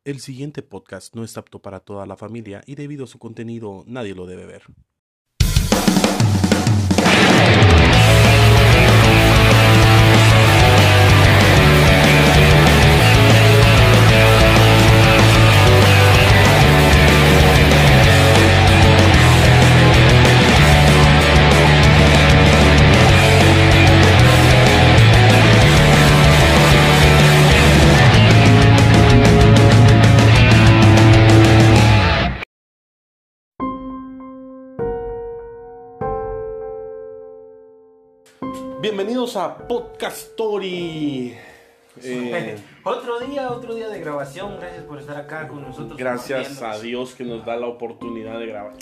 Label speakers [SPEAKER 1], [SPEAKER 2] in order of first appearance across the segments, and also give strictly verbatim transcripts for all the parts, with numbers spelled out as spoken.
[SPEAKER 1] El siguiente podcast no es apto para toda la familia y debido a su contenido nadie lo debe ver. Bienvenidos a Podcast Story.
[SPEAKER 2] Eh, otro día, otro día de grabación. Gracias por estar acá con nosotros.
[SPEAKER 1] Gracias a Dios que nos da la oportunidad de grabar.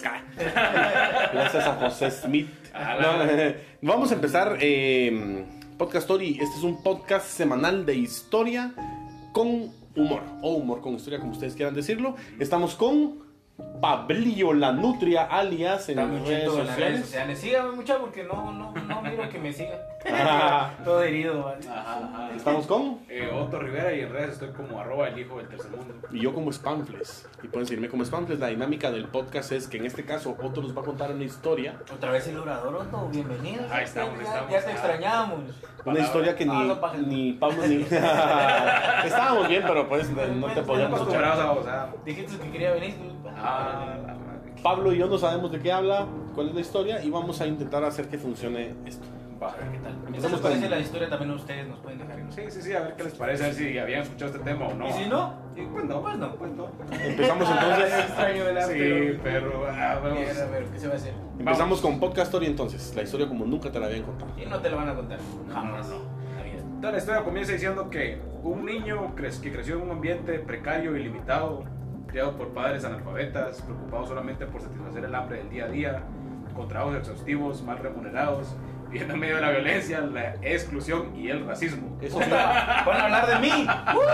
[SPEAKER 1] Gracias a José Smith. No, eh, vamos a empezar eh, Podcast Story. Este es un podcast semanal de historia con humor o humor con historia, como ustedes quieran decirlo. Estamos con Pablillo la Nutria, alias en
[SPEAKER 2] Está
[SPEAKER 1] redes
[SPEAKER 2] en las
[SPEAKER 1] sociales.
[SPEAKER 2] redes sociales. Síganme mucho porque no, no, no miro que me sigan.
[SPEAKER 1] Ah.
[SPEAKER 2] Todo herido, ¿vale?
[SPEAKER 3] Ajá, ajá.
[SPEAKER 1] Estamos con
[SPEAKER 3] Eh, Otto Rivera y en redes estoy como arroba el hijo del tercer mundo.
[SPEAKER 1] y yo como Spamfles. Y pueden seguirme como Spamfles. La dinámica del podcast es que en este caso Otto nos va a contar una historia.
[SPEAKER 2] Otra vez el orador, Otto. Bienvenido.
[SPEAKER 3] Ahí estamos,
[SPEAKER 2] ya,
[SPEAKER 3] estamos.
[SPEAKER 2] Ya te
[SPEAKER 3] Ah.
[SPEAKER 2] extrañamos.
[SPEAKER 1] Una
[SPEAKER 3] Palabra.
[SPEAKER 1] historia que ni,
[SPEAKER 2] Ah, no, paja.
[SPEAKER 1] ni Pablo ni... Estábamos bien, pero pues no te podíamos escuchar.
[SPEAKER 3] Acostumbrados a gozar.
[SPEAKER 2] Dijiste que quería venir.
[SPEAKER 3] Ah, la madre.
[SPEAKER 1] Pablo y yo no sabemos de qué habla, cuál es la historia y vamos a intentar hacer que funcione esto.
[SPEAKER 3] Va.
[SPEAKER 2] A ver qué tal.
[SPEAKER 1] Empezamos
[SPEAKER 2] ¿Qué les parece
[SPEAKER 1] con-
[SPEAKER 2] la historia? También ustedes nos pueden dejar.
[SPEAKER 3] Sí, sí, sí, a ver qué les parece, a ver si habían escuchado este tema o no.
[SPEAKER 2] ¿Y si no?
[SPEAKER 3] Y pues no,
[SPEAKER 2] Pues no.
[SPEAKER 3] pues no.
[SPEAKER 1] Empezamos entonces.
[SPEAKER 2] Extraño el arte.
[SPEAKER 3] Sí, pero ah, vamos.
[SPEAKER 2] Bien, a ver, ¿qué se va a hacer?
[SPEAKER 1] Empezamos con Podcast Story entonces, la historia como nunca te la habían contado.
[SPEAKER 2] Y no te lo van a contar. Jamás.
[SPEAKER 3] No, no,
[SPEAKER 2] La vida.
[SPEAKER 3] Entonces, la historia comienza diciendo que un niño cre- que creció en un ambiente precario y limitado, criado por padres analfabetas, preocupados solamente por satisfacer el hambre del día a día, con trabajos exhaustivos, mal remunerados, viviendo en medio de la violencia, la exclusión y el racismo.
[SPEAKER 1] Eso fijo,
[SPEAKER 2] Van a hablar de mí.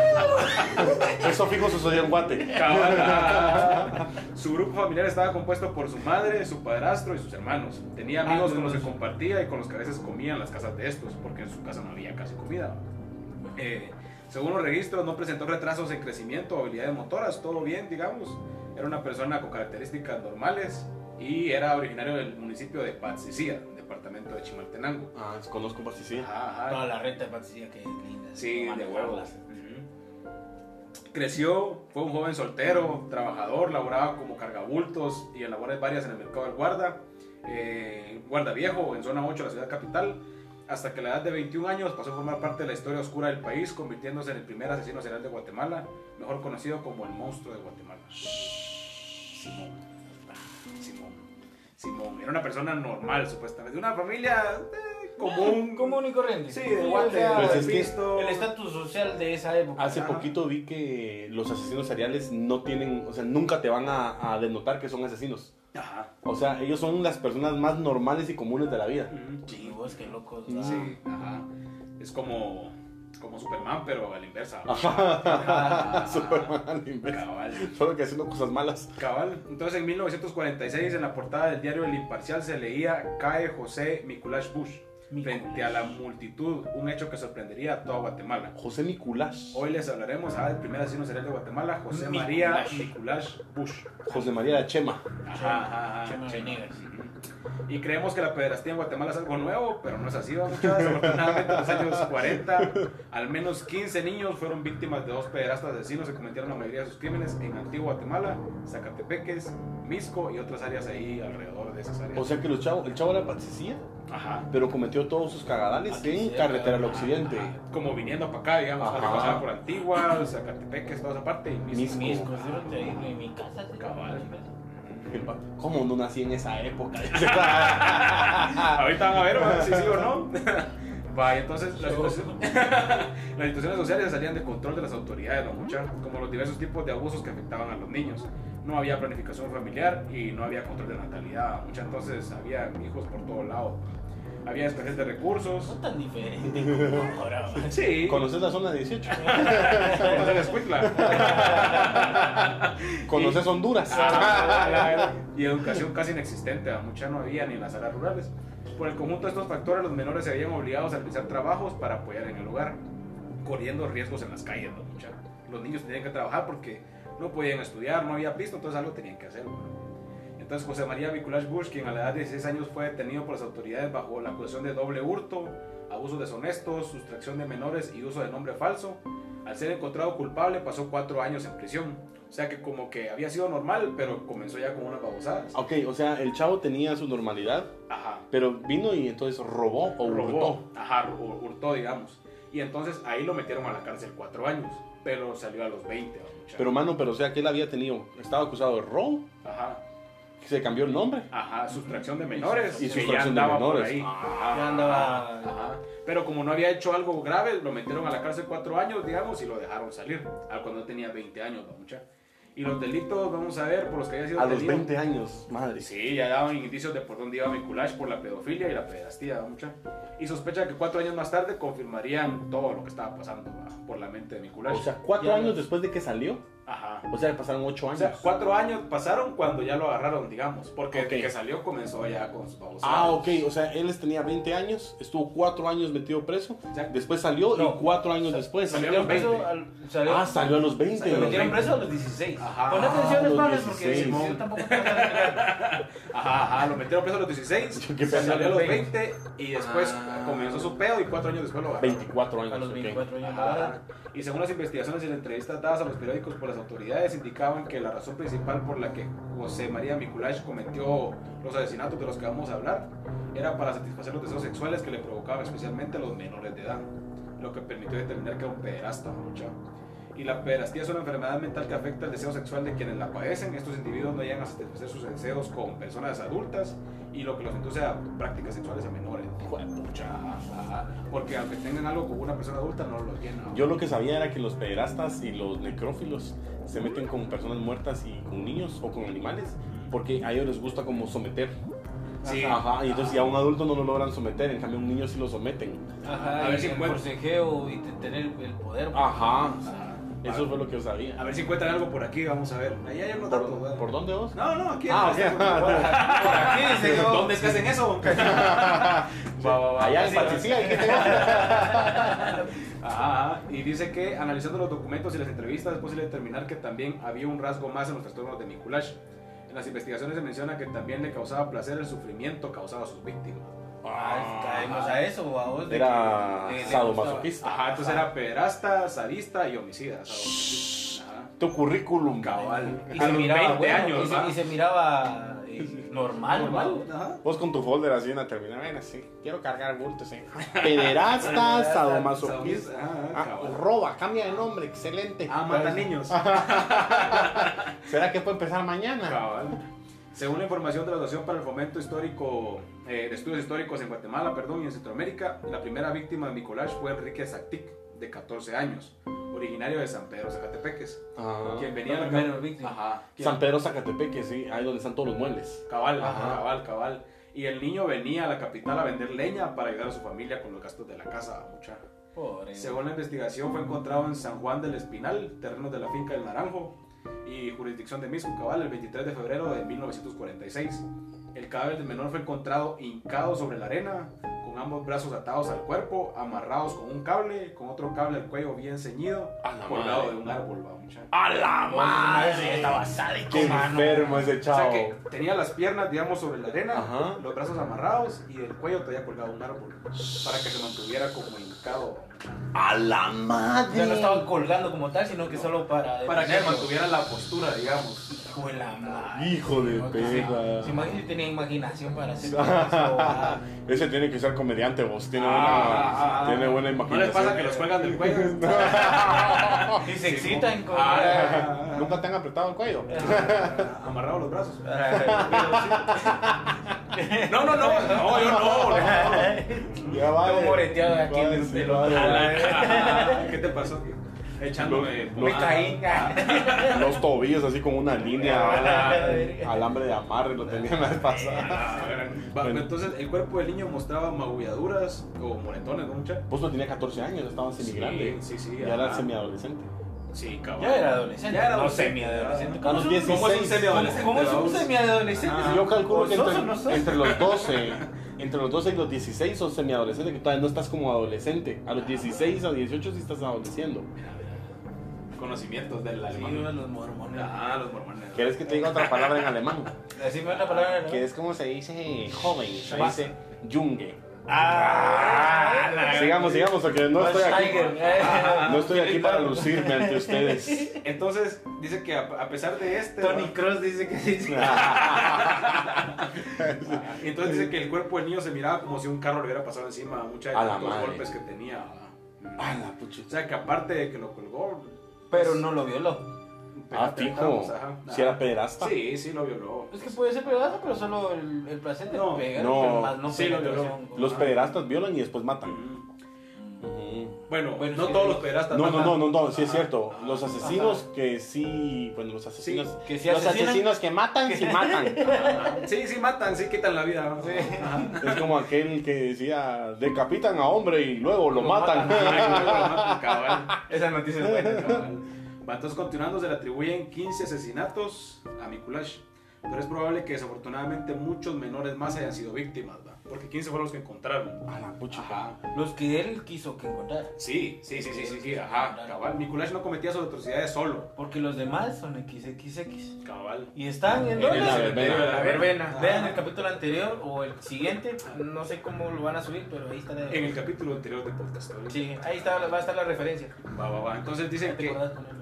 [SPEAKER 1] eso fijo sucedió en Guate.
[SPEAKER 3] Cabal. Su grupo familiar estaba compuesto por su madre, su padrastro y sus hermanos. Tenía amigos con los que compartía y con los que a veces comía en las casas de estos, porque en su casa no había casi comida. Eh, según los registros, no presentó retrasos en crecimiento o habilidades motoras, todo bien, digamos. Era una persona con características normales y era originario del municipio de Patsicía, departamento de Chimaltenango.
[SPEAKER 1] Ah, conozco Pasticía.
[SPEAKER 3] Ajá, ajá.
[SPEAKER 2] Toda la renta de Patricia que linda.
[SPEAKER 3] Sí,
[SPEAKER 2] No
[SPEAKER 3] de
[SPEAKER 2] manejarla.
[SPEAKER 3] huevos. Ujú. Creció, fue un joven soltero, trabajador, laboraba como cargabultos y en labores varias en el mercado del Guarda, eh, Guarda Viejo, en zona ocho de la ciudad capital, hasta que a la edad de veintiún años pasó a formar parte de la historia oscura del país, convirtiéndose en el primer asesino serial de Guatemala, mejor conocido como el monstruo de Guatemala. Simón. Ah, Simón. Simón. Era una persona normal, supuestamente, de una familia eh, común.
[SPEAKER 2] Común y corriente.
[SPEAKER 3] Sí, de
[SPEAKER 2] o
[SPEAKER 3] Guate,
[SPEAKER 2] sea,
[SPEAKER 1] Pues es que
[SPEAKER 3] visto.
[SPEAKER 2] el estatus social de esa época.
[SPEAKER 1] Hace
[SPEAKER 3] Ajá.
[SPEAKER 1] poquito vi que los asesinos seriales no tienen, o sea, nunca te van a, a denotar que son asesinos.
[SPEAKER 3] Ajá.
[SPEAKER 1] O sea, ellos son las personas más normales y comunes de la vida.
[SPEAKER 3] Ujú.
[SPEAKER 2] Sí, vos qué locos.
[SPEAKER 1] Sí.
[SPEAKER 3] Sí, ajá. Es como, como Superman, pero a la inversa.
[SPEAKER 1] Ajá. Superman al inverso.
[SPEAKER 3] Cabal.
[SPEAKER 1] Solo que haciendo cosas malas.
[SPEAKER 3] Cabal. Entonces, en mil novecientos cuarenta y seis, en la portada del diario El Imparcial se leía: cae José Mikulash Bush frente a la multitud, un hecho que sorprendería a toda Guatemala.
[SPEAKER 1] José Nicolás.
[SPEAKER 3] Hoy les hablaremos ah, del primer asesino serial de Guatemala, José
[SPEAKER 2] Mikulash.
[SPEAKER 3] María Mikulash Bush.
[SPEAKER 1] José María la Chema.
[SPEAKER 3] Ajá, ajá, ajá.
[SPEAKER 2] Chema Venegas.
[SPEAKER 3] Y creemos que la pederastía en Guatemala es algo nuevo, pero no es así, muchachos. Desafortunadamente, en los años cuarenta, al menos quince niños fueron víctimas de dos pederastas asesinos que cometieron la mayoría de sus crímenes en Antigua Guatemala, Zacatepeques, Misco y otras áreas ahí alrededor de esas áreas.
[SPEAKER 1] O sea que los chavos, el chavo era patsicía,
[SPEAKER 3] Ajá.
[SPEAKER 1] pero cometió todos sus cagadales
[SPEAKER 2] Aquí
[SPEAKER 1] en
[SPEAKER 2] sí,
[SPEAKER 1] carretera al
[SPEAKER 2] ajá,
[SPEAKER 1] occidente.
[SPEAKER 3] Como viniendo para acá, digamos,
[SPEAKER 1] Ajá.
[SPEAKER 3] para pasar por Antigua, Zacatepeques, toda esa parte, y Misco.
[SPEAKER 1] Misco.
[SPEAKER 2] Mis conciertos ahí en mi casa. sí.
[SPEAKER 3] Cabal.
[SPEAKER 1] ¿Cómo no nací en esa época?
[SPEAKER 3] Ahorita van a ver ¿va? si sí o no. Vaya, entonces las situaciones, las situaciones sociales se salían de control de las autoridades, ¿no, mucha? Como los diversos tipos de abusos que afectaban a los niños. No había planificación familiar y no había control de natalidad, mucha. Entonces había hijos por todo lado. Había escasez de recursos.
[SPEAKER 2] No tan diferente como ahora. ¿va?
[SPEAKER 3] Sí.
[SPEAKER 1] ¿Conoces la zona dieciocho?
[SPEAKER 3] ¿Conoces Escuintla?
[SPEAKER 1] ¿Conoces Honduras?
[SPEAKER 3] Ah, y educación casi inexistente, a mucha no había ni en las áreas rurales. Por el conjunto de estos factores, los menores se veían obligados a realizar trabajos para apoyar en el hogar, corriendo riesgos en las calles, ¿no, mucha? los niños tenían que trabajar porque no podían estudiar, no había pisto, entonces algo tenían que hacer. ¿no? Entonces José María Mikulash Bush, quien a la edad de dieciséis años fue detenido por las autoridades bajo la acusación de doble hurto, abusos deshonestos, sustracción de menores y uso de nombre falso, al ser encontrado culpable pasó cuatro años en prisión. O sea que como que había sido normal, pero comenzó ya con unas babosadas.
[SPEAKER 1] Ok, o sea, el chavo tenía su normalidad,
[SPEAKER 3] Ajá.
[SPEAKER 1] pero vino y entonces robó o
[SPEAKER 3] Robó.
[SPEAKER 1] hurtó.
[SPEAKER 3] Ajá, hur- hurtó, digamos. Y entonces ahí lo metieron a la cárcel cuatro años, pero salió a los veinte. ¿no?
[SPEAKER 1] Pero mano, pero o sea, que él había tenido, estaba acusado de robo,
[SPEAKER 3] Ajá,
[SPEAKER 1] se cambió el nombre.
[SPEAKER 3] ajá, sustracción de menores.
[SPEAKER 1] Y
[SPEAKER 3] que
[SPEAKER 1] sustracción
[SPEAKER 3] ya
[SPEAKER 1] de
[SPEAKER 3] andaba
[SPEAKER 1] menores.
[SPEAKER 3] por ahí.
[SPEAKER 1] Ah.
[SPEAKER 2] Ya andaba-
[SPEAKER 3] Ajá. Pero como no había hecho algo grave, lo metieron a la cárcel cuatro años, digamos, y lo dejaron salir. Al cuando tenía veinte años, ¿no? Mucha. Y los delitos, vamos a ver, por los que había sido
[SPEAKER 1] A los
[SPEAKER 3] detenido.
[SPEAKER 1] veinte años, madre.
[SPEAKER 3] Sí, ya daban indicios de por dónde iba Mikulash por la pedofilia y la pedastía, mucha. Y sospecha que cuatro años más tarde confirmarían todo lo que estaba pasando ¿va? por la mente de Mikulash.
[SPEAKER 1] O sea, cuatro
[SPEAKER 2] Ya
[SPEAKER 1] años
[SPEAKER 2] ves.
[SPEAKER 1] después de que salió,
[SPEAKER 3] Ajá.
[SPEAKER 1] o sea, le pasaron ocho
[SPEAKER 3] O
[SPEAKER 1] años.
[SPEAKER 3] sea, cuatro años pasaron cuando ya lo agarraron, digamos, porque
[SPEAKER 1] Ok.
[SPEAKER 3] desde que salió comenzó ya con sus babosadas.
[SPEAKER 1] Ah, ok, o sea, él tenía veinte años, estuvo cuatro años metido preso,
[SPEAKER 3] Exacto.
[SPEAKER 1] después salió
[SPEAKER 2] No,
[SPEAKER 1] y cuatro años después.
[SPEAKER 3] salió
[SPEAKER 2] Metieron
[SPEAKER 3] a los
[SPEAKER 2] preso
[SPEAKER 3] veinte.
[SPEAKER 2] al- salió-
[SPEAKER 1] Ah, salió a los veinte.
[SPEAKER 3] Salió a
[SPEAKER 2] Lo
[SPEAKER 3] los
[SPEAKER 2] metieron
[SPEAKER 3] veinte.
[SPEAKER 2] preso a los dieciséis.
[SPEAKER 3] Ajá.
[SPEAKER 2] Pon atención,
[SPEAKER 1] Ah, los
[SPEAKER 2] Espables, porque
[SPEAKER 1] dieciséis.
[SPEAKER 2] yo tampoco tengo que explicar.
[SPEAKER 3] Ajá, ajá, lo metieron preso a los dieciséis,
[SPEAKER 1] Qué
[SPEAKER 3] se salió a los
[SPEAKER 2] veinte.
[SPEAKER 3] veinte y después
[SPEAKER 2] Ah.
[SPEAKER 3] comenzó su pedo y cuatro años después lo agarraron.
[SPEAKER 1] veinticuatro años.
[SPEAKER 2] A los
[SPEAKER 1] ok.
[SPEAKER 2] veinticuatro años.
[SPEAKER 3] Ajá. Y según las investigaciones y las entrevistas dadas a los periódicos por las autoridades, indicaban que la razón principal por la que José María Mikulash cometió los asesinatos de los que vamos a hablar era para satisfacer los deseos sexuales que le provocaban especialmente a los menores de edad, lo que permitió determinar que era un pederasta, mucha. Y la pederastía es una enfermedad mental que afecta el deseo sexual de quienes la padecen. Estos individuos no llegan a satisfacer sus deseos con personas adultas y lo que los induce a prácticas sexuales a menores. Hijo de pucha. Ajá. Porque aunque tengan algo con una persona adulta, no los llena.
[SPEAKER 1] Yo lo que sabía era que los pederastas y los necrófilos se meten con personas muertas y con niños o con animales porque a ellos les gusta como someter.
[SPEAKER 3] Sí.
[SPEAKER 1] Ajá, y entonces ya a un adulto no lo logran someter, en cambio a un niño sí lo someten.
[SPEAKER 2] Ajá,
[SPEAKER 3] A ver
[SPEAKER 2] y
[SPEAKER 3] si
[SPEAKER 2] el
[SPEAKER 3] encuentro.
[SPEAKER 2] forcejeo y te- tener el poder.
[SPEAKER 1] Ajá,
[SPEAKER 3] Ajá.
[SPEAKER 1] eso fue lo que yo sabía.
[SPEAKER 3] A ver si encuentran algo por aquí, vamos a ver. Ahí hay unos datos.
[SPEAKER 1] ¿Por,
[SPEAKER 3] ¿verdad?
[SPEAKER 1] ¿por dónde vos?
[SPEAKER 3] No, no, aquí.
[SPEAKER 1] Ah,
[SPEAKER 3] en
[SPEAKER 1] ok.
[SPEAKER 3] este-
[SPEAKER 2] Por aquí, dice yo.
[SPEAKER 3] ¿Dónde es que hacen eso?
[SPEAKER 2] Va, va, va.
[SPEAKER 1] Allá en
[SPEAKER 2] Sí,
[SPEAKER 1] Patricia, ¿qué te
[SPEAKER 3] Ajá, ajá. Y dice que analizando los documentos y las entrevistas es posible determinar que también había un rasgo más en los trastornos de Mikulash. En las investigaciones se menciona que también le causaba placer el sufrimiento causado a sus víctimas.
[SPEAKER 2] Ah, caemos a eso, vamos. de
[SPEAKER 1] Era
[SPEAKER 2] que- de- de-
[SPEAKER 1] sadomasoquista.
[SPEAKER 3] Ajá, entonces era pederasta, sadista y homicida. sadomasoquista. Ajá.
[SPEAKER 1] Tu currículum.
[SPEAKER 3] Cabal.
[SPEAKER 2] Y
[SPEAKER 3] A
[SPEAKER 2] se
[SPEAKER 3] los
[SPEAKER 2] miraba,
[SPEAKER 3] veinte
[SPEAKER 2] bueno,
[SPEAKER 3] años,
[SPEAKER 2] y se,
[SPEAKER 3] ¿va?
[SPEAKER 2] y se miraba eh, normal,
[SPEAKER 3] Normal.
[SPEAKER 2] ¿va?
[SPEAKER 3] Ajá.
[SPEAKER 1] Vos con tu folder así en la terminal, ven así, quiero cargar bultos, eh. Pederasta, sadomasoquista.
[SPEAKER 3] Ajá,
[SPEAKER 1] Ah,
[SPEAKER 3] cabal.
[SPEAKER 1] roba, cambia de nombre, excelente.
[SPEAKER 3] Ah, mata niños.
[SPEAKER 1] ¿Será que puede empezar mañana?
[SPEAKER 3] Cabal. Según la información de la Asociación para el Fomento Histórico, eh, de Estudios Históricos en Guatemala, perdón, y en Centroamérica, la primera víctima de Mikulash fue Enrique Zactic, de catorce años, originario de San Pedro Zacatepeques,
[SPEAKER 1] Ah.
[SPEAKER 3] quien venía
[SPEAKER 2] La
[SPEAKER 3] a la
[SPEAKER 2] primera
[SPEAKER 3] cap-
[SPEAKER 2] víctima.
[SPEAKER 3] Ajá, quien-
[SPEAKER 1] San Pedro Zacatepeque, sí, ahí donde están todos los muebles.
[SPEAKER 3] cabal,
[SPEAKER 1] Ajá.
[SPEAKER 3] cabal, cabal. Y el niño venía a la capital a vender leña para ayudar a su familia con los gastos de la casa, mucha.
[SPEAKER 2] Pobre.
[SPEAKER 3] Según la investigación, fue encontrado en San Juan del Espinal, terrenos de la finca del Naranjo y jurisdicción de Misco, cabal, el veintitrés de febrero de mil novecientos cuarenta y seis. El cadáver del menor fue encontrado hincado sobre la arena, con ambos brazos atados al cuerpo, amarrados con un cable, con otro cable al cuello bien ceñido,
[SPEAKER 1] A la
[SPEAKER 3] colgado
[SPEAKER 1] madre.
[SPEAKER 3] de un árbol, va, muchacho.
[SPEAKER 1] ¡A la
[SPEAKER 2] Madre, estaba sádico,
[SPEAKER 1] ¡Qué
[SPEAKER 2] mano.
[SPEAKER 1] enfermo ese
[SPEAKER 3] O
[SPEAKER 1] chavo!
[SPEAKER 3] sea que tenía las piernas, digamos, sobre la arena,
[SPEAKER 1] Ajá.
[SPEAKER 3] los brazos amarrados y el cuello todavía colgado un árbol, para que se mantuviera como hincado,
[SPEAKER 1] ¡A la
[SPEAKER 2] O
[SPEAKER 1] madre!
[SPEAKER 2] sea, no estaba colgando como tal, sino que solo para.
[SPEAKER 3] para que
[SPEAKER 2] detenerlo.
[SPEAKER 3] mantuviera la postura, digamos.
[SPEAKER 2] Hijo de la madre.
[SPEAKER 1] Hijo de
[SPEAKER 2] No, que sí.
[SPEAKER 1] perra.
[SPEAKER 2] Se imagina si tenía imaginación para hacer eso. ah.
[SPEAKER 1] Ese tiene que ser comediante, vos. Tiene,
[SPEAKER 3] Ah,
[SPEAKER 1] buena,
[SPEAKER 3] ah, ah.
[SPEAKER 1] tiene buena
[SPEAKER 3] ¿No
[SPEAKER 1] imaginación.
[SPEAKER 3] les pasa que los cuelgan del cuello?
[SPEAKER 2] Y se excitan con.
[SPEAKER 3] Ah,
[SPEAKER 1] ¿Nunca te han apretado el cuello?
[SPEAKER 3] amarrado los brazos.
[SPEAKER 2] Ah,
[SPEAKER 3] No, no, no, no, yo no. no.
[SPEAKER 1] Ya va.
[SPEAKER 2] Todo moreteado aquí en el
[SPEAKER 1] sí,
[SPEAKER 2] pelo.
[SPEAKER 1] vale.
[SPEAKER 3] ¿Qué te pasó? Echándome.
[SPEAKER 1] Los-
[SPEAKER 2] Me caí.
[SPEAKER 1] Los tobillos así como una línea.
[SPEAKER 2] Ah,
[SPEAKER 1] Alambre de amarre lo tenían la vez pasada.
[SPEAKER 3] Va, Entonces, el cuerpo del niño mostraba magulladuras o moretones, ¿no, mucha?
[SPEAKER 1] Vos no tenía catorce años, estaba semigrande.
[SPEAKER 3] Sí, sí, sí,
[SPEAKER 1] Ya era
[SPEAKER 3] ajá.
[SPEAKER 1] semiadolescente.
[SPEAKER 3] Sí, cabrón.
[SPEAKER 2] Ya era adolescente.
[SPEAKER 3] Ya era
[SPEAKER 2] no
[SPEAKER 3] adolescente.
[SPEAKER 2] semi-adolescente.
[SPEAKER 1] A
[SPEAKER 2] ¿Cómo
[SPEAKER 1] los
[SPEAKER 2] es un-
[SPEAKER 1] dieciséis.
[SPEAKER 3] ¿Cómo es un semiadolescente?
[SPEAKER 2] ¿Cómo es un
[SPEAKER 3] vamos?
[SPEAKER 2] semi-adolescente?
[SPEAKER 3] Ah.
[SPEAKER 1] Yo calculo
[SPEAKER 2] ¿O
[SPEAKER 1] que
[SPEAKER 2] sos
[SPEAKER 1] entre,
[SPEAKER 2] o no sos?
[SPEAKER 1] entre los doce, entre los doce y los dieciséis sos semiadolescente, que todavía no estás como adolescente. A los dieciséis o dieciocho sí estás adoleciendo.
[SPEAKER 3] conocimientos del
[SPEAKER 2] Sí,
[SPEAKER 3] alemán.
[SPEAKER 2] los mormones.
[SPEAKER 3] Ah, los mormones.
[SPEAKER 1] ¿Quieres que te diga otra palabra en alemán?
[SPEAKER 2] Decime otra palabra, ¿no?
[SPEAKER 1] Que es como se dice joven, se
[SPEAKER 2] Va.
[SPEAKER 1] dice Junge.
[SPEAKER 2] Ah, la-
[SPEAKER 1] Sigamos, sigamos, porque no estoy aquí,
[SPEAKER 2] Tiger, eh.
[SPEAKER 1] no estoy aquí para lucirme ante ustedes.
[SPEAKER 3] Entonces, dice que a, a pesar de este...
[SPEAKER 2] Tony
[SPEAKER 3] ¿no?
[SPEAKER 2] Cross dice que dice.
[SPEAKER 3] Y entonces dice que el cuerpo del niño se miraba como si un carro le hubiera pasado encima a muchas de
[SPEAKER 1] A la
[SPEAKER 3] tantos
[SPEAKER 1] madre.
[SPEAKER 3] golpes que tenía. ¿va?
[SPEAKER 1] Ah, la pucha.
[SPEAKER 3] O sea, que aparte de que lo colgó...
[SPEAKER 2] Pero no lo violó.
[SPEAKER 1] Ah, fijo.
[SPEAKER 3] Ajá,
[SPEAKER 1] Si era
[SPEAKER 3] ajá.
[SPEAKER 1] pederasta.
[SPEAKER 3] Sí, sí lo violó.
[SPEAKER 2] Es que puede ser pedazo, pero solo el, el placente
[SPEAKER 3] No,
[SPEAKER 2] pega.
[SPEAKER 1] no,
[SPEAKER 2] pero más no
[SPEAKER 3] sí
[SPEAKER 2] pega
[SPEAKER 3] lo violó.
[SPEAKER 2] penetración.
[SPEAKER 1] Los pederastas violan y después matan.
[SPEAKER 3] Ujú.
[SPEAKER 1] Ujú.
[SPEAKER 3] Bueno,
[SPEAKER 2] Bueno,
[SPEAKER 3] no
[SPEAKER 2] sí,
[SPEAKER 3] todos
[SPEAKER 2] sí.
[SPEAKER 3] los pederastas
[SPEAKER 1] No, no,
[SPEAKER 3] matan.
[SPEAKER 1] no, no, no, sí es
[SPEAKER 3] Ajá,
[SPEAKER 1] cierto.
[SPEAKER 3] ajá.
[SPEAKER 1] Los asesinos que sí, bueno, los asesinos,
[SPEAKER 3] Sí,
[SPEAKER 2] que sí
[SPEAKER 1] los
[SPEAKER 2] asesinan.
[SPEAKER 1] asesinos que matan, sí matan.
[SPEAKER 3] Ajá. Sí, sí matan, sí quitan la vida. ¿no?
[SPEAKER 2] Sí.
[SPEAKER 3] Ajá.
[SPEAKER 1] Es como aquel que decía, decapitan a hombre y luego lo
[SPEAKER 2] Lo
[SPEAKER 1] matan.
[SPEAKER 2] matan.
[SPEAKER 3] Ay, no, lo matan, cabal.
[SPEAKER 2] Esa noticia es buena.
[SPEAKER 3] Cabal. Va, entonces continuando, se le atribuyen quince asesinatos a Mikulash, pero es probable que desafortunadamente muchos menores más hayan sido víctimas, ¿va? Porque quince fueron los que encontraron.
[SPEAKER 1] A la pucha.
[SPEAKER 3] Ajá.
[SPEAKER 2] Los que él quiso que encontrara.
[SPEAKER 3] Sí, sí, sí, sí, sí, sí, ajá, cabal. Mikulash no cometía sus atrocidades solo.
[SPEAKER 2] Porque los demás son equis equis equis.
[SPEAKER 3] Cabal.
[SPEAKER 2] Y están en
[SPEAKER 1] En
[SPEAKER 2] dónde?
[SPEAKER 1] la
[SPEAKER 3] cementerio
[SPEAKER 1] verbena.
[SPEAKER 3] de
[SPEAKER 2] La verbena.
[SPEAKER 3] Ajá.
[SPEAKER 2] Vean el capítulo anterior o el siguiente. No sé cómo lo van a subir, pero ahí está la.
[SPEAKER 3] En el capítulo anterior de podcast. ¿vale?
[SPEAKER 2] Sí, ahí está, va a estar la referencia.
[SPEAKER 3] Va, va, va. Entonces dicen
[SPEAKER 2] ¿Te
[SPEAKER 3] que...
[SPEAKER 2] acordás ponerlo?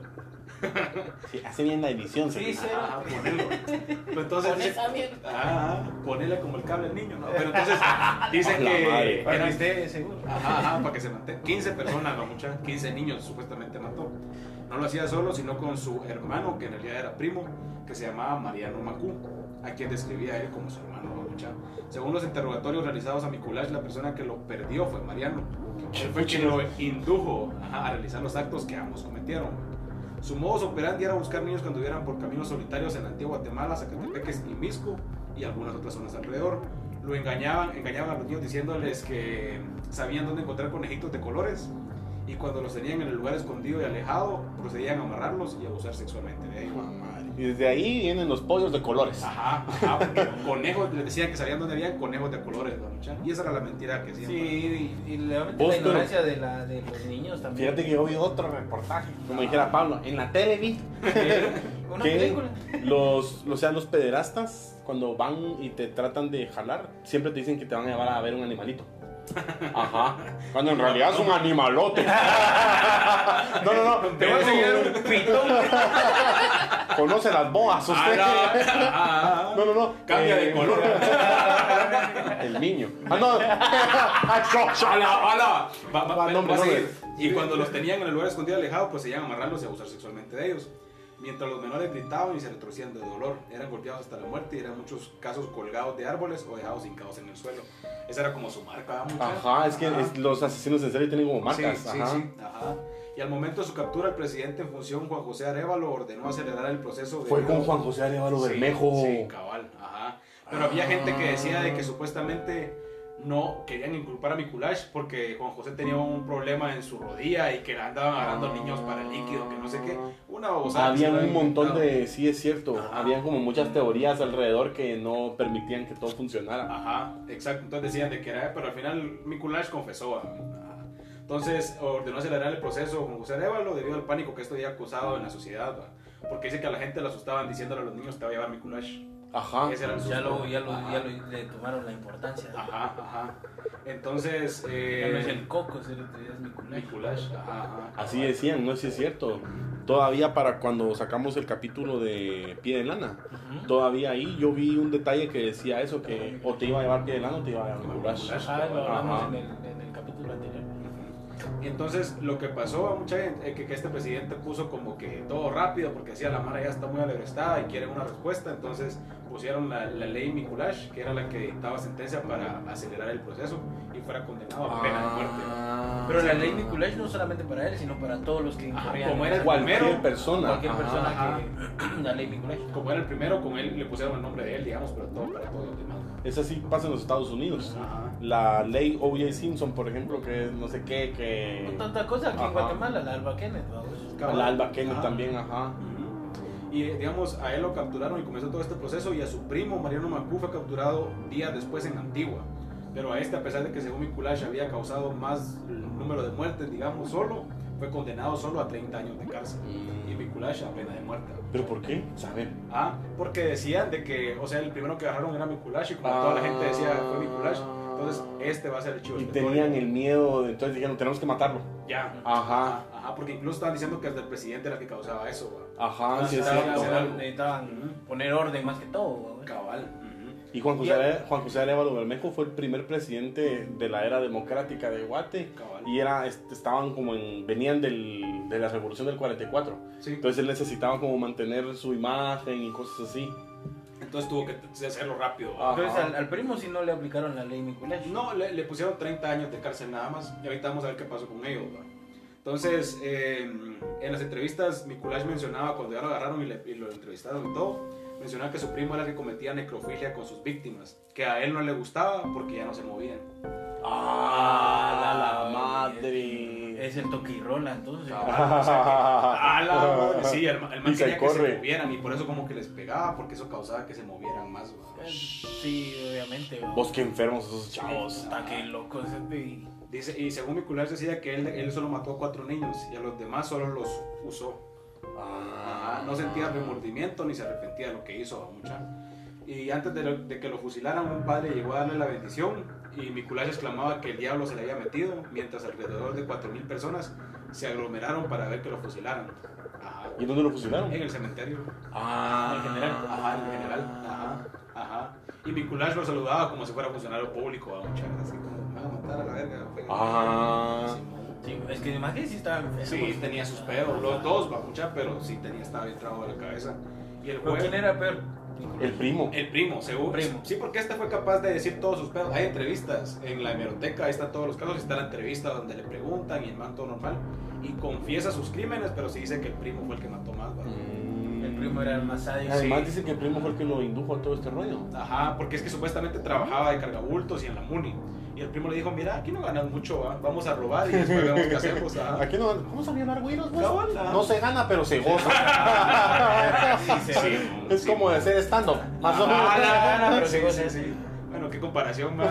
[SPEAKER 1] Sí, hace bien la edición.
[SPEAKER 2] Sí,
[SPEAKER 1] se
[SPEAKER 2] sí.
[SPEAKER 3] Ajá, ponelo. Pero entonces
[SPEAKER 2] Pon
[SPEAKER 3] dice-
[SPEAKER 2] esa mierda.
[SPEAKER 3] Ah, ponele como el cable al niño, ¿no? Pero entonces dicen
[SPEAKER 1] A la madre.
[SPEAKER 3] que
[SPEAKER 2] Para que
[SPEAKER 3] eran
[SPEAKER 2] esté seguro.
[SPEAKER 3] Ajá, ajá, para que se mantenga. quince personas, no muchas, quince niños supuestamente mató. No lo hacía solo, sino con su hermano, que en realidad era primo, que se llamaba Mariano Macú, a quien describía a él como su hermano, no mucha. Según los interrogatorios realizados a Mikulash, la persona que lo perdió fue Mariano. Él fue quien lo indujo ajá, a realizar los actos que ambos cometieron. Su modus operandi era buscar niños que anduvieran por caminos solitarios en la antigua Guatemala, Zacatepeques y Misco y algunas otras zonas alrededor. Lo engañaban, engañaban a los niños diciéndoles que sabían dónde encontrar conejitos de colores y cuando los tenían en el lugar escondido y alejado, procedían a amarrarlos y abusar sexualmente de ellos.
[SPEAKER 1] Y desde ahí vienen los pollos de colores.
[SPEAKER 3] Ajá, ajá, porque conejos, les decían que sabían dónde había conejos de colores, ¿no? Y esa era la mentira que hacían.
[SPEAKER 2] Sí, y, y realmente
[SPEAKER 1] Vos,
[SPEAKER 2] la
[SPEAKER 1] pero-
[SPEAKER 2] ignorancia de, la, de los niños también.
[SPEAKER 1] Fíjate que yo vi otro reportaje, como dijera Pablo, en la tele vi
[SPEAKER 2] Una
[SPEAKER 1] que
[SPEAKER 2] película.
[SPEAKER 1] los, o sea, los pederastas cuando van y te tratan de jalar, siempre te dicen que te van a llevar a ver un animalito. Ajá. Cuando en realidad es un animalote. No, no, no.
[SPEAKER 3] Te voy a enseñar un pitón.
[SPEAKER 1] Conoce las boas usted.
[SPEAKER 3] Ah, no, ah, ah,
[SPEAKER 1] No, no, no.
[SPEAKER 3] Cambia de
[SPEAKER 1] Eh,
[SPEAKER 3] color.
[SPEAKER 1] El niño. Ah, no. Ah, no.
[SPEAKER 3] ¡Hala, hala! Va, va,
[SPEAKER 1] Va,
[SPEAKER 3] va,
[SPEAKER 1] nombre,
[SPEAKER 3] va a seguir.
[SPEAKER 1] nombre.
[SPEAKER 3] Y cuando los tenían en el lugar escondido alejado, pues se iban a amarrarlos y abusar sexualmente de ellos. Mientras los menores gritaban y se retorcían de dolor, eran golpeados hasta la muerte y eran muchos casos colgados de árboles o dejados hincados en el suelo. Esa era como su marca, mucha.
[SPEAKER 1] Ajá, es que
[SPEAKER 3] Ajá.
[SPEAKER 1] es- los asesinos en serie tienen como marcas.
[SPEAKER 3] Sí, sí,
[SPEAKER 1] Ajá.
[SPEAKER 3] sí. Ajá. Y al momento de su captura, el presidente en función, Juan José Arevalo, ordenó acelerar el proceso.
[SPEAKER 1] Fue
[SPEAKER 3] debido-
[SPEAKER 1] con Juan José Arevalo
[SPEAKER 3] Sí,
[SPEAKER 1] Bermejo.
[SPEAKER 3] Sí, cabal, ajá. Pero había gente que decía de que supuestamente no querían inculpar a Mikulash porque Juan José tenía un problema en su rodilla y que le andaban agarrando niños para el líquido, que no sé qué. Una babosada. que se
[SPEAKER 1] Habían
[SPEAKER 3] lo
[SPEAKER 1] un
[SPEAKER 3] habían
[SPEAKER 1] montón
[SPEAKER 3] inventado.
[SPEAKER 1] de, sí es cierto,
[SPEAKER 3] Ajá.
[SPEAKER 1] habían como muchas teorías alrededor que no permitían que todo funcionara.
[SPEAKER 3] Ajá, exacto. Entonces decían de que era, pero al final Mikulash confesó. Ajá. Entonces ordenó acelerar el proceso con José Arevalo debido al pánico que esto había causado en la sociedad. ¿va? Porque dice que a la gente lo asustaban diciéndole a los niños te va a llevar Mikulash.
[SPEAKER 1] Ajá.
[SPEAKER 3] Ese era el
[SPEAKER 2] Ya,
[SPEAKER 3] susto.
[SPEAKER 2] lo, ya, lo,
[SPEAKER 3] Ajá.
[SPEAKER 2] ya lo, le tomaron la importancia.
[SPEAKER 3] Ajá, ajá. Entonces,
[SPEAKER 2] Ya
[SPEAKER 3] eh,
[SPEAKER 2] no es el coco, es el, es mi culé.
[SPEAKER 3] Mikulash, ajá, ajá.
[SPEAKER 1] Así decían, no sé si es cierto. Todavía para cuando sacamos el capítulo de Pie de Lana,
[SPEAKER 2] Ujú.
[SPEAKER 1] todavía ahí yo vi un detalle que decía eso, que o te iba a llevar Pie de Lana o te iba a llevar Mikulash.
[SPEAKER 2] Ajá, lo hablamos
[SPEAKER 1] Ajá.
[SPEAKER 2] en el, en el capítulo anterior.
[SPEAKER 3] Y entonces lo que pasó a mucha gente, eh, que, que este presidente puso como que todo rápido, porque decía la Mara ya está muy alebrestada y quiere una respuesta, entonces pusieron la, la ley Mikulash, que era la que dictaba sentencia para acelerar el proceso y fuera condenado a pena de muerte.
[SPEAKER 1] Ah.
[SPEAKER 2] Pero la ley Mikulash no solamente para él, sino para todos los que
[SPEAKER 3] Ajá,
[SPEAKER 2] incorrían.
[SPEAKER 3] como era el
[SPEAKER 1] Cualquier
[SPEAKER 3] primero,
[SPEAKER 1] persona.
[SPEAKER 2] Cualquier
[SPEAKER 1] Ajá.
[SPEAKER 2] persona
[SPEAKER 3] ajá.
[SPEAKER 2] que. La ley Mikulash.
[SPEAKER 3] Como era el primero, con él le pusieron el nombre de él, digamos, pero todo para todos los demás.
[SPEAKER 1] Es así pasa en los Estados Unidos.
[SPEAKER 3] Ajá.
[SPEAKER 1] La ley O J Simpson, por ejemplo, que es no sé qué, que...
[SPEAKER 2] Tanta cosa aquí
[SPEAKER 1] Ajá.
[SPEAKER 2] en Guatemala, la Alba Kenneth, vamos.
[SPEAKER 1] La Alba Kenneth
[SPEAKER 3] Ajá.
[SPEAKER 1] también, ajá.
[SPEAKER 3] Ujú. Y digamos, a él lo capturaron y comenzó todo este proceso y a su primo Mariano Macú fue capturado días después en Antigua. Pero a este, a pesar de que según Mikulash había causado más número de muertes, digamos, solo, fue condenado solo a treinta años de cárcel y Mikulash a pena de muerte.
[SPEAKER 1] ¿Pero por qué? Saber.
[SPEAKER 3] Ah, porque decían de que, o sea, el primero que agarraron era Mikulash y como ah, toda la gente decía fue Mikulash, entonces este va a ser el chivo
[SPEAKER 1] y tenían el miedo, de, entonces dijeron, tenemos que matarlo.
[SPEAKER 3] Ya.
[SPEAKER 1] Ajá.
[SPEAKER 3] Ajá, porque incluso estaban diciendo que el del presidente era el que causaba eso. ¿Va?
[SPEAKER 1] Ajá, sí,
[SPEAKER 2] necesitaban, necesitaban poner orden más que todo. ¿Va?
[SPEAKER 3] Cabal.
[SPEAKER 1] Y Juan José, Ale, Juan José Arévalo Bermejo fue el primer presidente de la era democrática de Guate. Cabal. Y era, estaban como en, venían del, de la revolución del cuarenta y cuatro. Sí. Entonces él necesitaba como mantener su imagen y cosas así.
[SPEAKER 3] Entonces tuvo que hacerlo rápido.
[SPEAKER 2] Entonces al, al primo sí no le aplicaron la ley Mikulash.
[SPEAKER 3] No, le, le pusieron treinta años de cárcel nada más. Y ahorita vamos a ver qué pasó con ellos. ¿Va? Entonces, eh, en las entrevistas, Mikulash mencionaba cuando ya lo agarraron y, le, y lo entrevistaron y todo. Mencionaba que su primo era el que cometía necrofilia con sus víctimas, que a él no le gustaba porque ya no se movían.
[SPEAKER 1] ¡Ah, la, la madre!
[SPEAKER 2] Es el toquirrola, entonces.
[SPEAKER 3] Ah, o sea que, ¡ah, la madre! Sí, el, el man quería que se movieran y por eso como que les pegaba, porque eso causaba que se movieran más. ¿Va?
[SPEAKER 2] Sí, obviamente. ¿Va?
[SPEAKER 1] Vos qué enfermos esos chavos.
[SPEAKER 2] Está que locos.
[SPEAKER 3] Dice, y según Mikulash decía que él, él solo mató a cuatro niños y a los demás solo los usó. Ah, no sentía remordimiento ni se arrepentía de lo que hizo mucha. Y antes de, lo, de que lo fusilaran, un padre llegó a darle la bendición y Mikulash exclamaba que el diablo se le había metido, mientras alrededor de cuatro mil personas se aglomeraron para ver que lo fusilaran. Ajá.
[SPEAKER 1] ¿Y dónde lo fusilaron?
[SPEAKER 3] En el cementerio.
[SPEAKER 1] Ah,
[SPEAKER 3] en general. Ajá, en general. Ajá, ajá. Y Mikulash lo saludaba como si fuera funcionario público a mucha, así como, me van a matar a la verga.
[SPEAKER 1] Ah.
[SPEAKER 3] Sí,
[SPEAKER 2] sí, es que además que sí estaba enfermo.
[SPEAKER 3] Sí, tenía sus pedos, los dos, babucha, pero sí tenía, estaba bien trabado de la cabeza. Y el juez,
[SPEAKER 2] ¿quién era peor?
[SPEAKER 1] El primo.
[SPEAKER 3] El primo, seguro.
[SPEAKER 2] Primo.
[SPEAKER 3] Sí, porque este fue capaz de decir todos sus pedos. Hay entrevistas en la hemeroteca, ahí están todos los casos, está la entrevista donde le preguntan y el man todo normal. Y confiesa sus crímenes, pero sí dice que el primo fue el que mató más.
[SPEAKER 1] Mm.
[SPEAKER 2] El primo era el más sádico.
[SPEAKER 1] Además
[SPEAKER 3] sí.
[SPEAKER 1] dice que el primo fue el que lo indujo a todo este rollo.
[SPEAKER 3] Ajá, porque es que supuestamente trabajaba de cargabultos y en la Muni. Y el primo le dijo, mira, aquí no ganas mucho, ¿va? Vamos a robar y después vemos qué hacemos. Ajá.
[SPEAKER 1] Aquí no, vamos a violar güiros, ¿no?
[SPEAKER 3] Cabal,
[SPEAKER 1] No se gana, pero se goza.
[SPEAKER 3] Sí, sí, sí,
[SPEAKER 1] es
[SPEAKER 3] sí,
[SPEAKER 1] como de hacer stand-up. Más o menos.
[SPEAKER 2] Ah, la gana, pero
[SPEAKER 3] Sí,
[SPEAKER 2] se goza.
[SPEAKER 3] sí, sí. Bueno, qué comparación más.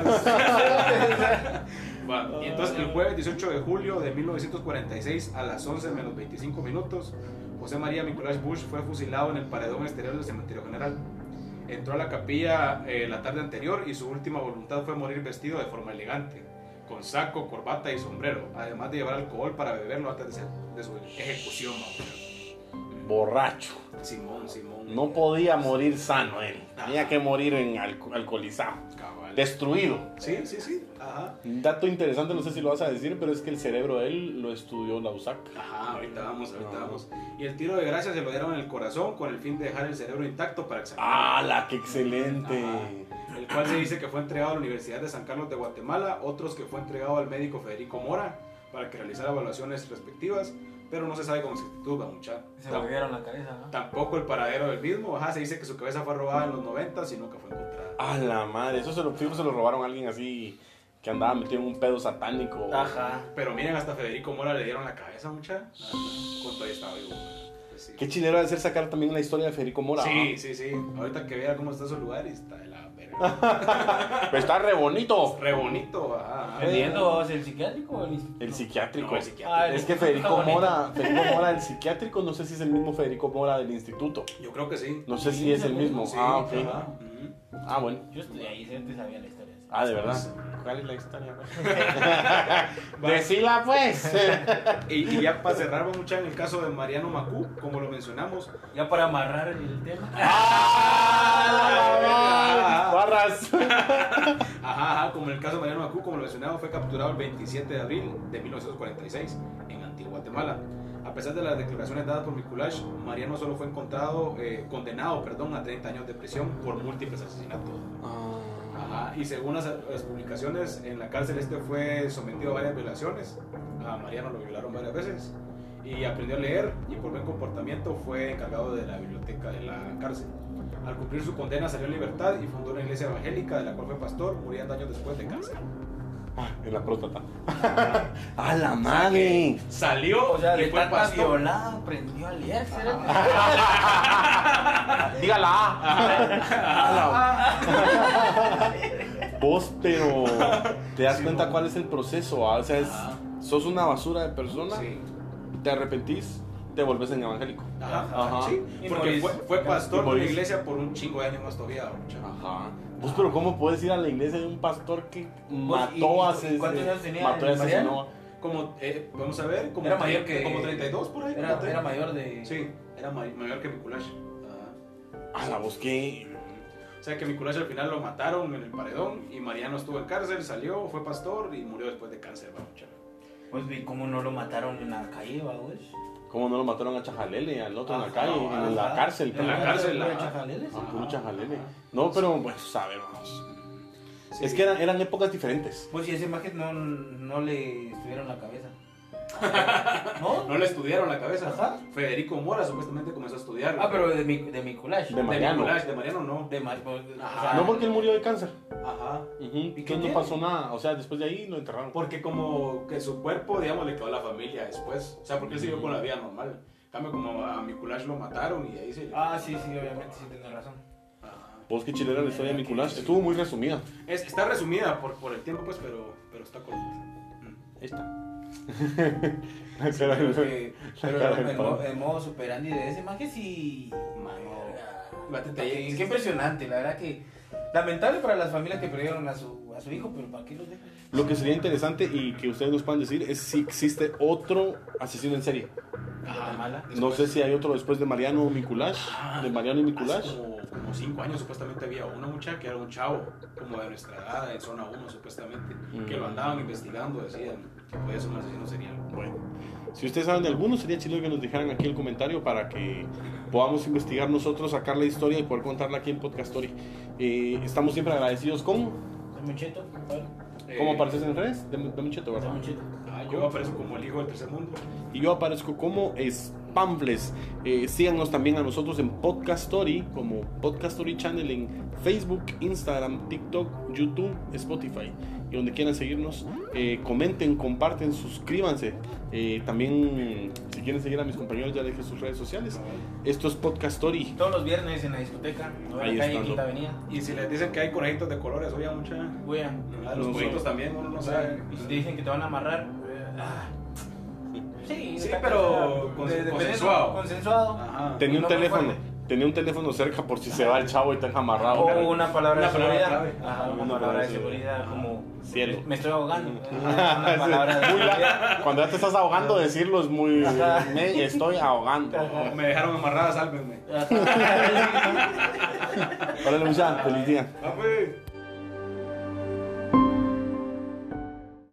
[SPEAKER 3] Bueno, y entonces el jueves dieciocho de julio de mil novecientos cuarenta y seis a las once menos veinticinco minutos, José María Mikulash Bush fue fusilado en el paredón exterior del cementerio general. Entró a la capilla eh, la tarde anterior y su última voluntad fue morir vestido de forma elegante, con saco, corbata y sombrero, además de llevar alcohol para beberlo antes de, ser, de su ejecución.
[SPEAKER 1] Borracho.
[SPEAKER 3] Simón, Simón.
[SPEAKER 1] No podía morir sano él. Tenía que morir en alco alcoholizado.
[SPEAKER 3] Cabal.
[SPEAKER 1] Destruido.
[SPEAKER 3] Sí, sí, sí. Ajá.
[SPEAKER 1] Un dato interesante, no sé si lo vas a decir, pero es que el cerebro de él lo estudió la U S A C.
[SPEAKER 3] Ajá, ahorita vamos, ahorita
[SPEAKER 1] No.
[SPEAKER 3] vamos. Y el tiro de gracia se lo dieron en el corazón con el fin de dejar el cerebro intacto para examinar.
[SPEAKER 1] ¡Ah, la qué excelente!
[SPEAKER 3] Ajá. El cual se dice que fue entregado a la Universidad de San Carlos de Guatemala, otros que fue entregado al médico Federico Mora para que realizara evaluaciones respectivas, pero no se sabe con exactitud, mucha.
[SPEAKER 2] Se volvieron la cabeza, ¿no?
[SPEAKER 3] Tampoco el paradero del mismo. Ajá, se dice que su cabeza fue robada en los noventa y nunca fue encontrada.
[SPEAKER 1] ¡Ah, la madre! Eso se lo, fijo, se lo robaron a alguien así que andaba metido en un pedo satánico.
[SPEAKER 2] Ajá.
[SPEAKER 3] Pero miren, hasta Federico Mora le dieron la cabeza, mucha. Con todavía estaba vivo. Pues sí.
[SPEAKER 1] Qué chilero de ser sacar también la historia de Federico Mora.
[SPEAKER 3] Sí,
[SPEAKER 1] ¿no?
[SPEAKER 3] sí, sí. Ahorita que vea cómo está su lugar, está de la verga.
[SPEAKER 1] Pero está re bonito.
[SPEAKER 3] Re bonito, ajá.
[SPEAKER 2] ¿Vendiendo el psiquiátrico o el instituto?
[SPEAKER 1] El psiquiátrico.
[SPEAKER 3] No, el psiquiátrico.
[SPEAKER 2] Ah,
[SPEAKER 1] Es que
[SPEAKER 2] está
[SPEAKER 1] Federico
[SPEAKER 2] bonito.
[SPEAKER 1] Mora, Federico Mora del psiquiátrico, no sé si es el mismo Federico Mora del instituto.
[SPEAKER 3] Yo creo que sí.
[SPEAKER 1] No sé
[SPEAKER 2] Sí,
[SPEAKER 1] si es
[SPEAKER 2] es
[SPEAKER 1] el
[SPEAKER 2] el
[SPEAKER 1] mismo.
[SPEAKER 3] Sí,
[SPEAKER 1] Ah, ok.
[SPEAKER 3] ajá. Ujú.
[SPEAKER 1] Ah, bueno.
[SPEAKER 2] Yo estudié ahí, sí, te sabía la historia.
[SPEAKER 1] Ah, de verdad. ¿Cuál es la historia? Decila pues.
[SPEAKER 3] Y, y ya para cerrar, vamos mucho en el caso de Mariano Macú, como lo mencionamos.
[SPEAKER 2] Ya para amarrar el tema.
[SPEAKER 1] ¡Ah! Barras.
[SPEAKER 3] Ajá, ajá, como en el caso de Mariano Macú, como lo mencionamos, fue capturado el veintisiete de abril de mil novecientos cuarenta y seis en Antigua Guatemala. A pesar de las declaraciones dadas por Mikulash, Mariano solo fue encontrado, eh, condenado perdón, a treinta años de prisión por múltiples asesinatos. Ajá, y según las, las publicaciones, en la cárcel este fue sometido a varias violaciones. A Mariano lo violaron varias veces. Y aprendió a leer y por buen comportamiento fue encargado de la biblioteca de la cárcel. Al cumplir su condena salió en libertad y fundó una iglesia evangélica de la cual fue pastor, muriendo años después de cáncer.
[SPEAKER 1] Ah, en la próstata. ¡A la madre!
[SPEAKER 3] Salió
[SPEAKER 2] O sea,
[SPEAKER 3] y
[SPEAKER 2] de
[SPEAKER 3] fue
[SPEAKER 2] tanta
[SPEAKER 3] pastor.
[SPEAKER 2] violada aprendió a leer. ¿será?
[SPEAKER 1] Dígala. Vos, pero ¿te das
[SPEAKER 3] Sí,
[SPEAKER 1] cuenta
[SPEAKER 3] no.
[SPEAKER 1] cuál es el proceso? ah? O sea, es,
[SPEAKER 3] Ajá.
[SPEAKER 1] sos una basura de persona
[SPEAKER 3] Sí.
[SPEAKER 1] te arrepentís, te volvés en evangélico.
[SPEAKER 3] Ajá,
[SPEAKER 1] Ajá.
[SPEAKER 3] sí,
[SPEAKER 2] Y
[SPEAKER 3] porque
[SPEAKER 2] morís.
[SPEAKER 3] fue, fue pastor
[SPEAKER 1] Y
[SPEAKER 3] de la
[SPEAKER 1] morís.
[SPEAKER 3] iglesia por un chingo de años más todavía. Mucha.
[SPEAKER 1] Ajá. Pues, pero ¿cómo puedes ir a la iglesia de un pastor que mató
[SPEAKER 2] y-
[SPEAKER 1] a
[SPEAKER 2] y
[SPEAKER 1] ese-
[SPEAKER 2] cuántos años tenía
[SPEAKER 1] mató y
[SPEAKER 2] el
[SPEAKER 1] asesinó?
[SPEAKER 3] Como, eh, vamos a ver, como,
[SPEAKER 2] Era mayor que-
[SPEAKER 3] como treinta y dos por ahí.
[SPEAKER 2] Era,
[SPEAKER 3] como treinta.
[SPEAKER 2] era mayor de...
[SPEAKER 3] Sí, era may- mayor que Mikulash. Ajá.
[SPEAKER 1] A la voz que...
[SPEAKER 3] O sea que Mikulash al final lo mataron en el paredón y Mariano estuvo en cárcel, salió, fue pastor y murió después de cáncer. Va, mucha.
[SPEAKER 2] Pues vi cómo no lo mataron en la calle, va, güey.
[SPEAKER 1] ¿Cómo no lo mataron a Chajalele, al otro en la
[SPEAKER 2] Ajá,
[SPEAKER 1] calle, en la
[SPEAKER 2] ajá.
[SPEAKER 1] cárcel?
[SPEAKER 3] En
[SPEAKER 1] pero-
[SPEAKER 3] la cárcel,
[SPEAKER 2] ¿Era
[SPEAKER 3] ajá.
[SPEAKER 2] Chajaleles?
[SPEAKER 1] A puro
[SPEAKER 3] Ajá,
[SPEAKER 1] Chajalele.
[SPEAKER 3] ajá.
[SPEAKER 1] No, pero pues sabemos.
[SPEAKER 3] Sí.
[SPEAKER 1] Es que eran, eran épocas diferentes.
[SPEAKER 2] Pues si esa imagen no, no le estuvieron la cabeza. ¿No?
[SPEAKER 3] No le estudiaron la cabeza.
[SPEAKER 2] Ajá.
[SPEAKER 3] Federico Mora supuestamente comenzó a estudiarlo.
[SPEAKER 2] Ah, pero de mi, de mi collage.
[SPEAKER 1] De Mariano.
[SPEAKER 3] Mikulash, de Mariano no.
[SPEAKER 2] De Mar- pues,
[SPEAKER 3] Ajá.
[SPEAKER 2] o sea,
[SPEAKER 1] No porque él murió de cáncer.
[SPEAKER 3] Ajá.
[SPEAKER 1] Ujú.
[SPEAKER 2] qué
[SPEAKER 1] Entonces no
[SPEAKER 2] tiene?
[SPEAKER 1] pasó nada. O sea, después de ahí lo enterraron.
[SPEAKER 3] Porque como que su cuerpo, digamos, le quedó a la familia después. O sea, porque él siguió con la vida normal. En cambio, como a Mikulash lo mataron y ahí se...
[SPEAKER 2] Ah, sí, sí, obviamente, sí tienes razón.
[SPEAKER 3] Ajá.
[SPEAKER 1] Vos que chilera la historia de Mikulash. Estuvo muy resumida.
[SPEAKER 3] Es, está resumida por, por el tiempo, pues, pero, pero está corta.
[SPEAKER 1] Ahí está.
[SPEAKER 2] Pero, es que- pero
[SPEAKER 1] cara del
[SPEAKER 2] el, mo-
[SPEAKER 1] pan.
[SPEAKER 2] el modo superandi de ese maje sí.
[SPEAKER 3] Bate-
[SPEAKER 2] Qué, qué impresionante, la verdad que. Lamentable para las familias que perdieron a su, a su hijo, pero ¿para qué los dejan?
[SPEAKER 1] Lo que sería interesante y que ustedes nos puedan decir es si existe otro asesino en serie.
[SPEAKER 2] Guatemala.
[SPEAKER 1] No sé si hay otro después de Mariano o Mikulash.
[SPEAKER 3] Ah,
[SPEAKER 1] De Mariano y Mikulash.
[SPEAKER 3] Hace como, como cinco años supuestamente había una muchacha que era un chavo, como de nuestra edad, en zona uno supuestamente, que lo andaban investigando, decían que podía ser un asesino serial.
[SPEAKER 1] Bueno, si ustedes saben de alguno, sería chido que nos dejaran aquí el comentario para que podamos investigar nosotros, sacar la historia y poder contarla aquí en Podcast Story. Eh, estamos siempre agradecidos con...
[SPEAKER 2] Dame un cheto, ¿vale?
[SPEAKER 1] ¿Cómo
[SPEAKER 3] Eh,
[SPEAKER 1] apareces en redes? Dame dame un cheto, ¿verdad?
[SPEAKER 2] Dame un cheto.
[SPEAKER 3] ah, yo aparezco como el hijo del tercer mundo.
[SPEAKER 1] Y yo aparezco como Spamfles. Eh, síganos también a nosotros en Podcast Story, como Podcast Story Channel en Facebook, Instagram, TikTok, YouTube, Spotify. Y donde quieran seguirnos, eh, comenten, comparten, suscríbanse. Eh, también, si quieren seguir a mis compañeros, ya dejé sus redes sociales. Esto es Podcast Story.
[SPEAKER 2] Todos los viernes en la discoteca, en
[SPEAKER 1] Ahí
[SPEAKER 2] la calle
[SPEAKER 1] están,
[SPEAKER 2] Quinta
[SPEAKER 1] ¿no?
[SPEAKER 2] Avenida.
[SPEAKER 3] Y si les dicen que hay conejitos de colores, oye, mucha.
[SPEAKER 2] Güey,
[SPEAKER 3] Ah, los
[SPEAKER 1] No
[SPEAKER 3] conejitos
[SPEAKER 1] sé.
[SPEAKER 3] también, uno no sabe.
[SPEAKER 2] y si te dicen que te van a amarrar, eh, ah, sí,
[SPEAKER 3] Sí,
[SPEAKER 2] está-
[SPEAKER 3] pero
[SPEAKER 2] de-
[SPEAKER 3] cons-
[SPEAKER 2] dependiendo-
[SPEAKER 3] consensuado.
[SPEAKER 2] Consensuado.
[SPEAKER 3] Ajá.
[SPEAKER 1] Tenía un
[SPEAKER 2] No muy
[SPEAKER 1] teléfono,
[SPEAKER 2] fuerte.
[SPEAKER 1] tenía un teléfono cerca por si se va el chavo y te deja amarrado.
[SPEAKER 2] O una palabra
[SPEAKER 3] Una
[SPEAKER 2] de
[SPEAKER 3] palabra
[SPEAKER 2] seguridad.
[SPEAKER 3] clave.
[SPEAKER 2] Ajá, una
[SPEAKER 1] Una
[SPEAKER 2] palabra de
[SPEAKER 1] palabra
[SPEAKER 2] seguridad
[SPEAKER 3] Ajá.
[SPEAKER 2] como
[SPEAKER 1] Cielo.
[SPEAKER 2] me estoy ahogando.
[SPEAKER 1] Sí.
[SPEAKER 2] Una palabra de
[SPEAKER 1] Muy la-
[SPEAKER 2] seguridad.
[SPEAKER 1] Cuando ya te estás ahogando, decirlo es muy...
[SPEAKER 2] Ajá.
[SPEAKER 1] Me estoy ahogando.
[SPEAKER 2] Ajá.
[SPEAKER 3] Me dejaron amarrada, sálvenme.
[SPEAKER 2] Ajá.
[SPEAKER 1] Órale, mucha, feliz día.
[SPEAKER 3] Ah, pues.